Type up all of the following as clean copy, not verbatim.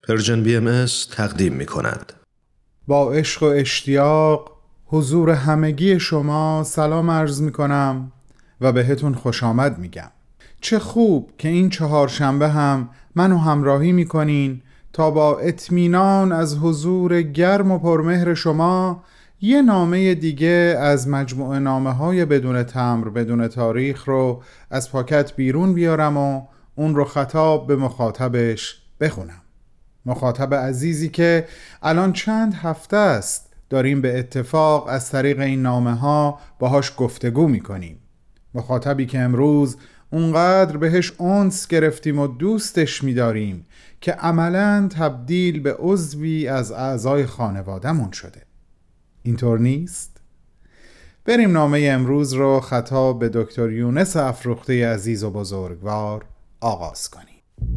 پرژن BMS تقدیم می کند. با عشق و اشتیاق حضور همگی شما سلام عرض می کنم و بهتون خوش آمد میگم. چه خوب که این چهارشنبه هم منو همراهی می کنین تا با اطمینان از حضور گرم و پرمهر شما یه نامه دیگه از مجموعه نامه‌های بدون تمبر بدون تاریخ رو از پاکت بیرون بیارم و اون رو خطاب به مخاطبش بخونم. مخاطب عزیزی که الان چند هفته است داریم به اتفاق از طریق این نامه ها باهاش گفتگو میکنیم. مخاطبی که امروز اونقدر بهش انس گرفتیم و دوستش میداریم که عملاً تبدیل به عضوی از اعضای خانواده‌مون شده. اینطور نیست؟ بریم نامه امروز رو خطاب به دکتر یونس افروخته عزیز و بزرگوار آغاز کنیم.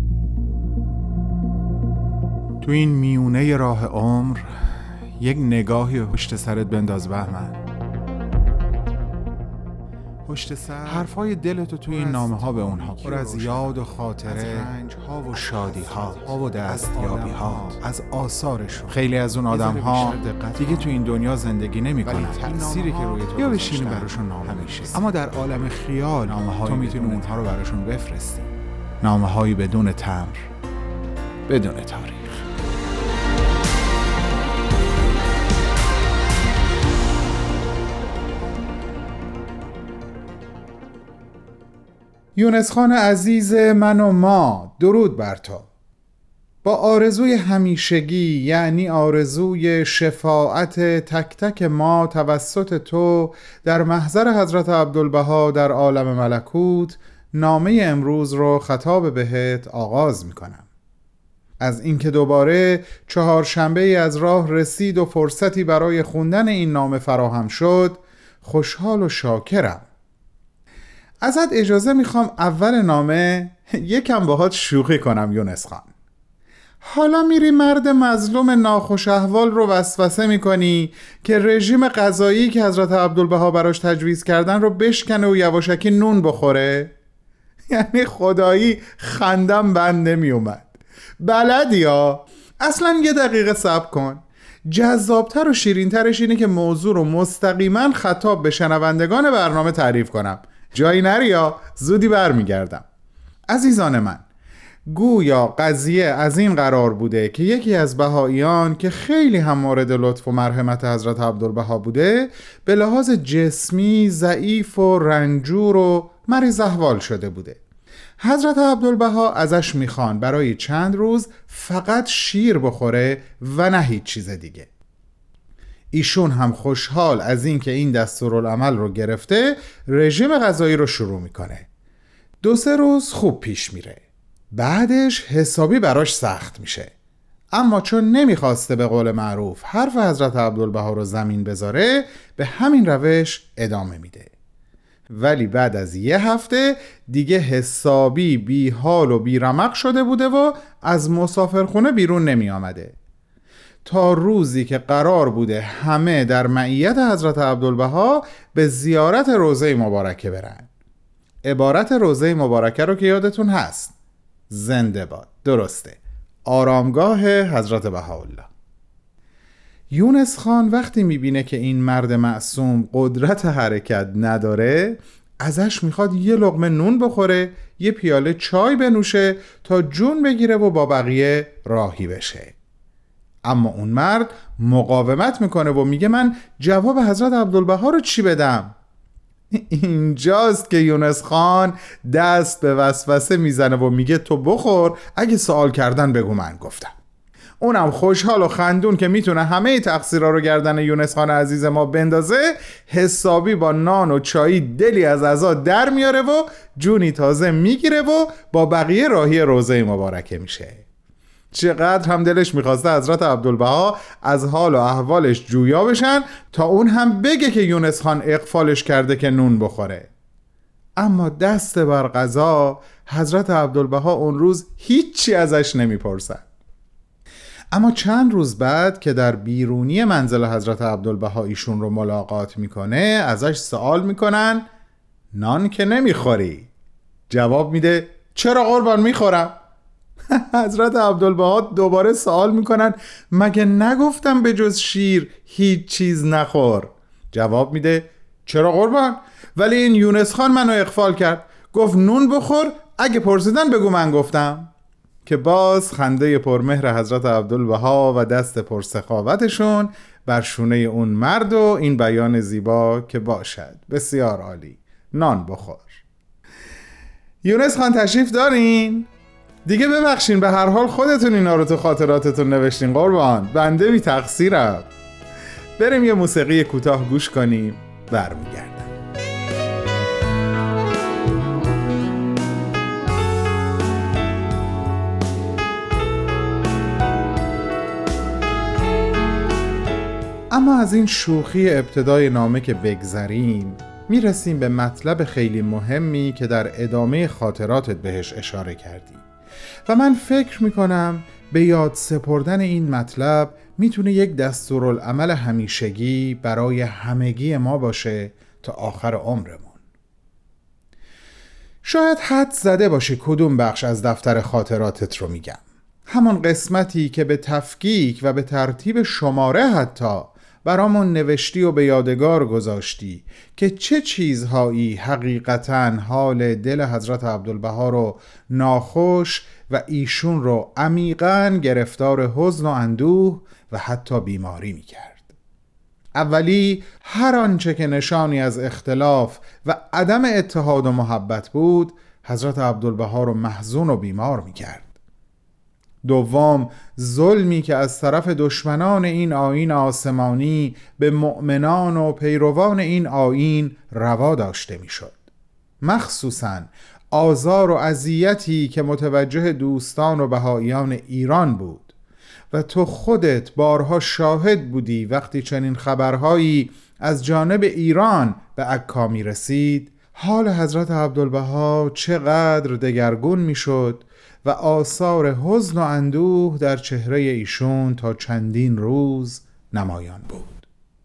تو این میونه راه عمر یک نگاهی پشت سرت بنداز بهمن. پشت سر حرفای دلتو توی این نامه ها به اونها پر از یاد و خاطره، رنج ها و شادی ها و دستیابی ها از آثارشون. خیلی از اون آدم ها دیگه تو این دنیا زندگی نمی کنن، تأثیری که روی تو یا بشینی براشون نامه میشه، اما در عالم خیال تو میتونی اونها رو براشون بفرستی. نامه هایی بدون تمبر بدون تاریخ. یونس خان عزیز من و ما، درود بر تو. با آرزوی همیشگی، یعنی آرزوی شفاعت تک تک ما توسط تو در محضر حضرت عبدالبها در عالم ملکوت، نامه امروز رو خطاب بهت آغاز میکنم. از اینکه دوباره چهارشنبه از راه رسید و فرصتی برای خوندن این نامه فراهم شد خوشحال و شاکرم. ازت اجازه میخوام اول نامه یکم باهات شوخی کنم یونس خان. حالا میری مرد مظلوم ناخوش احوال رو وسوسه میکنی که رژیم غذایی که حضرت عبدالبها براش تجویز کردن رو بشکنه و یواشکی نون بخوره؟ یعنی خدایی خندم بند نمیومد. بلدی ها؟ اصلا یه دقیقه صبر کن. جذابتر و شیرینترش اینه که موضوع رو مستقیما خطاب به شنوندگان برنامه تعریف کنم. جایی نریا، زودی برمیگردم. عزیزان من، گویا قضیه از این قرار بوده که یکی از بهائیان که خیلی هم مورد لطف و مرحمت حضرت عبدالبها بوده به لحاظ جسمی ضعیف و رنجور و مریض احوال شده بوده. حضرت عبدالبها ازش میخوان برای چند روز فقط شیر بخوره و نه هیچ چیز دیگه. ایشون هم خوشحال از این که این دستورالعمل رو گرفته رژیم غذایی رو شروع میکنه. 2-3 روز خوب پیش میره، بعدش حسابی براش سخت میشه. اما چون نمیخواسته به قول معروف حرف حضرت عبدالبها رو زمین بذاره به همین روش ادامه میده. ولی بعد از 1 هفته دیگه حسابی بی حال و بی رمق شده بوده و از مسافرخونه بیرون نمی آمده، تا روزی که قرار بوده همه در معیت حضرت عبدالبها به زیارت روضه مبارکه برن. عبارت روضه مبارکه رو که یادتون هست، زنده باد، درسته، آرامگاه حضرت بهاءالله. یونس خان وقتی میبینه که این مرد معصوم قدرت حرکت نداره، ازش میخواد یه لقمه نون بخوره، یه پیاله چای بنوشه تا جون بگیره و با بقیه راهی بشه. اما اون مرد مقاومت میکنه و میگه من جواب حضرت عبدالبها رو چی بدم؟ اینجاست که یونس خان دست به وسوسه میزنه و میگه تو بخور، اگه سوال کردن بگو من گفتم. اونم خوشحال و خندون که میتونه همه تقصیرها رو گردن یونس خان عزیز ما بندازه، حسابی با نان و چایی دلی از عزا در میاره و جونی تازه میگیره و با بقیه راهی روضه مبارکه میشه. چقدر هم دلش میخواسته حضرت عبدالبها از حال و احوالش جویا بشن تا اون هم بگه که یونس خان اغفالش کرده که نون بخوره. اما دست بر قضا حضرت عبدالبها اون روز هیچی ازش نمیپرسن. اما چند روز بعد که در بیرونی منزل حضرت عبدالبها ایشون رو ملاقات میکنه، ازش سوال میکنن نان که نمیخوری؟ جواب میده چرا قربان میخورم. حضرت عبدالبها دوباره سوال میکنن مگه نگفتم به جز شیر هیچ چیز نخور؟ جواب میده چرا قربان؟ ولی این یونس خان منو اغفال کرد، گفت نون بخور، اگه پرسیدن بگو من گفتم. که باز خنده پرمهر حضرت عبدالبها و دست پرسخاوتشون بر شونه اون مرد و این بیان زیبا که باشد بسیار عالی، نان بخور. یونس خان تشریف دارین؟ دیگه ببخشین، به هر حال خودتون اینا رو تو خاطراتتون نوشتین قربان، بنده بی تقصیرم. بریم یه موسیقی کوتاه گوش کنیم، برمیگردم. اما از این شوخی ابتدای نامه که بگذریم، میرسیم به مطلب خیلی مهمی که در ادامه خاطراتت بهش اشاره کردی و من فکر میکنم به یاد سپردن این مطلب میتونه یک دستورالعمل همیشگی برای همگی ما باشه تا آخر عمرمون. شاید حد زده باشی کدوم بخش از دفتر خاطراتت رو میگم. همون قسمتی که به تفکیک و به ترتیب شماره حتی برامون نوشتی و به یادگار گذاشتی که چه چیزهایی حقیقتاً حال دل حضرت عبدالبها رو ناخوش و ایشون رو عمیقاً گرفتار حزن و اندوه و حتی بیماری میکرد. اولی هر آنچه که نشانی از اختلاف و عدم اتحاد و محبت بود حضرت عبدالبها رو محزون و بیمار میکرد. دوم ظلمی که از طرف دشمنان این آیین آسمانی به مؤمنان و پیروان این آیین روا داشته میشد، مخصوصاً آزار و اذیتی که متوجه دوستان و بهائیان ایران بود و تو خودت بارها شاهد بودی وقتی چنین خبرهایی از جانب ایران به عکا می رسید. حال حضرت عبدالبها چقدر دگرگون می شد و آثار حزن و اندوه در چهره ایشون تا چندین روز نمایان بود.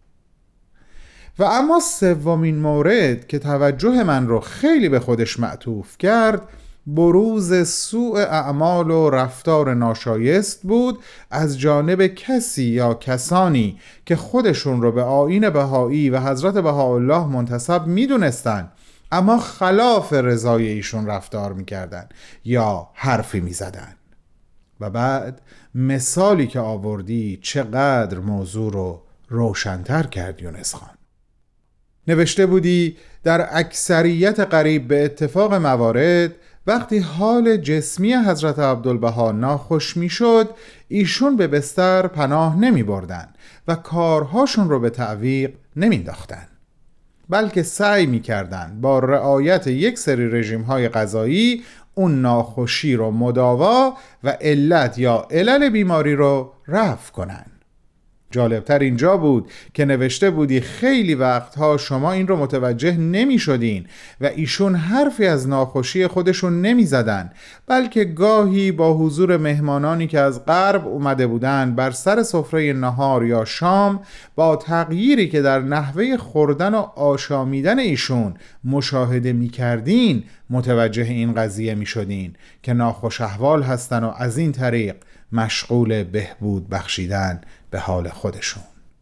و اما سومین مورد که توجه من رو خیلی به خودش معطوف کرد بروز سوء اعمال و رفتار ناشایست بود از جانب کسی یا کسانی که خودشون رو به آیین بهایی و حضرت بهاءالله منتسب میدونستن اما خلاف رضای ایشون رفتار میکردن یا حرفی میزدن. و بعد مثالی که آوردی چقدر موضوع رو روشن‌تر کرد یونس خان. نوشته بودی در اکثریت قریب به اتفاق موارد وقتی حال جسمی حضرت عبدالبها ناخوش میشد ایشون به بستر پناه نمی بردن و کارهاشون رو به تعویق نمی انداختن، بلکه سعی می کردن با رعایت یک سری رژیم های غذایی اون ناخوشی رو مداوا و علت یا علل بیماری رو رفع کنن. جالبتر اینجا بود که نوشته بودی خیلی وقتها شما این رو متوجه نمی شدین و ایشون حرفی از ناخوشی خودشون نمی زدن، بلکه گاهی با حضور مهمانانی که از غرب اومده بودن بر سر سفره نهار یا شام با تغییری که در نحوه خوردن و آشامیدن ایشون مشاهده می کردین متوجه این قضیه می شدین که ناخوش احوال هستن و از این طریق مشغول بهبود بخشیدن به حال خودشون.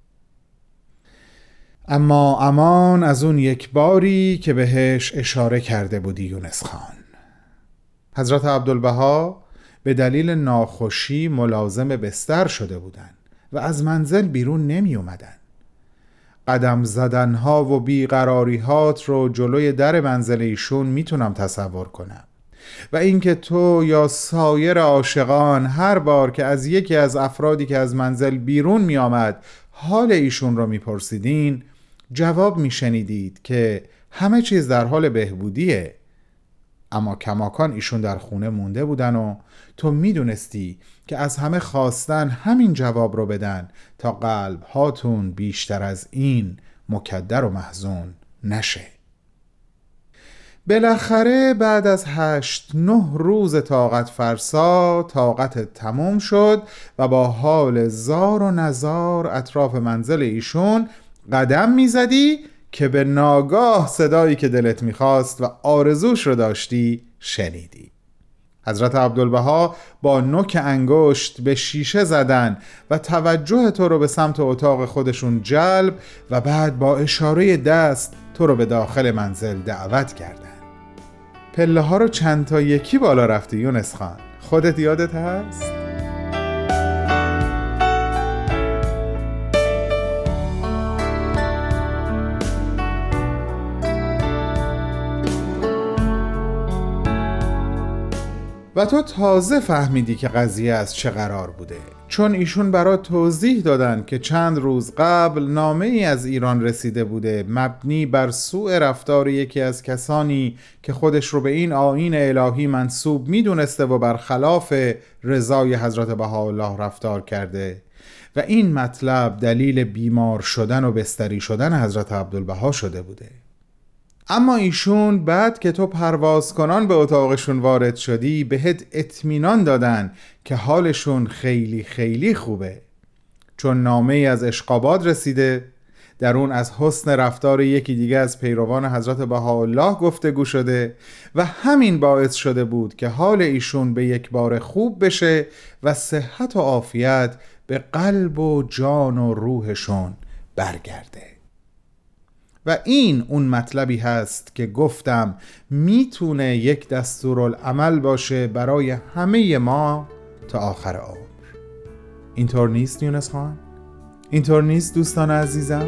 اما امان از اون یک باری که بهش اشاره کرده بودی یونس خان. حضرت عبدالبها به دلیل ناخوشی ملازم بستر شده بودند و از منزل بیرون نمی اومدن. قدم زدنها و بیقراریهات رو جلوی در منزل ایشون میتونم تصور کنم و اینکه تو یا سایر عاشقان هر بار که از یکی از افرادی که از منزل بیرون می آمد حال ایشون رو می پرسیدین جواب می شنیدید که همه چیز در حال بهبودیه، اما کماکان ایشون در خونه مونده بودن و تو می دونستی که از همه خواستن همین جواب رو بدن تا قلب هاتون بیشتر از این مکدر و محزون نشه. بالاخره بعد از 8-9 روز طاقت فرسا طاقت تموم شد و با حال زار و نزار اطراف منزل ایشون قدم میزدی که به ناگاه صدایی که دلت میخواست و آرزوش رو داشتی شنیدی. حضرت عبدالبها با نوک انگشت به شیشه زدن و توجه تو رو به سمت اتاق خودشون جلب و بعد با اشاره دست تو رو به داخل منزل دعوت کردن. پله ها رو چند تا یکی بالا رفتی یونس خان، خودت یادت هست؟ و تو تازه فهمیدی که قضیه از چه قرار بوده، چون ایشون برات توضیح دادن که چند روز قبل نامه ای از ایران رسیده بوده مبنی بر سوء رفتار یکی از کسانی که خودش رو به این آیین الهی منسوب میدونسته و برخلاف رضای حضرت بهاءالله رفتار کرده و این مطلب دلیل بیمار شدن و بستری شدن حضرت عبدالبها شده بوده. اما ایشون بعد که تو پرواز کنان به اتاقشون وارد شدی بهت اطمینان دادن که حالشون خیلی خیلی خوبه، چون نامه ای از اشقاباد رسیده در اون از حسن رفتار یکی دیگه از پیروان حضرت بهاءالله گفتگو شده و همین باعث شده بود که حال ایشون به یک بار خوب بشه و صحت و عافیت به قلب و جان و روحشون برگرده. و این اون مطلبی هست که گفتم میتونه یک دستورالعمل باشه برای همه ما تا آخر عمر. اینطور نیست یونس خان؟ اینطور نیست دوستان عزیزم؟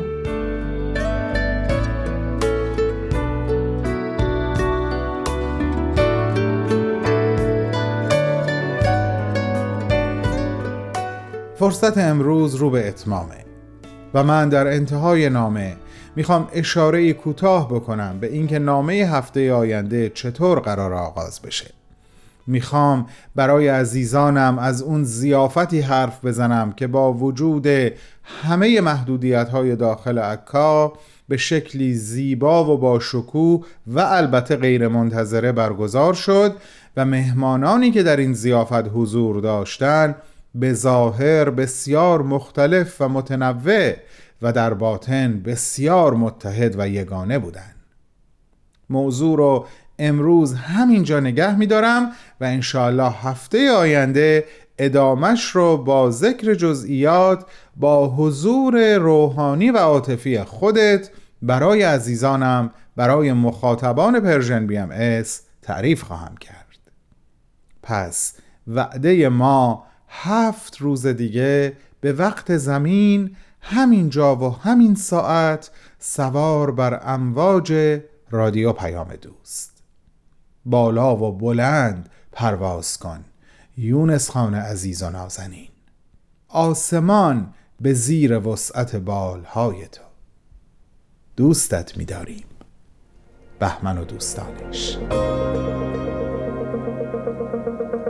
فرصت امروز رو به اتمامه و من در انتهای نامه میخوام اشاره کوتاه بکنم به اینکه نامه هفته آینده چطور قرار آغاز بشه. میخوام برای عزیزانم از اون ضیافتی حرف بزنم که با وجود همه محدودیت‌های داخل عکا به شکلی زیبا و با شکوه و البته غیر منتظره برگزار شد و مهمانانی که در این ضیافت حضور داشتن به ظاهر بسیار مختلف و متنوع و در باطن بسیار متحد و یگانه بودند. موضوع رو امروز همینجا نگه می‌دارم و انشاءالله هفته آینده ادامش رو با ذکر جزئیات با حضور روحانی و عاطفی خودت برای عزیزانم، برای مخاطبان پرژن BMS تعریف خواهم کرد. پس وعده ما 7 روز دیگه به وقت زمین همینجا و همین ساعت سوار بر امواج رادیو پیام دوست. بالا و بلند پرواز کن یونس خان عزیز و نازنین، آسمان به زیر وسعت بالهای تو. دوستت می‌داریم. بهمن و دوستانش.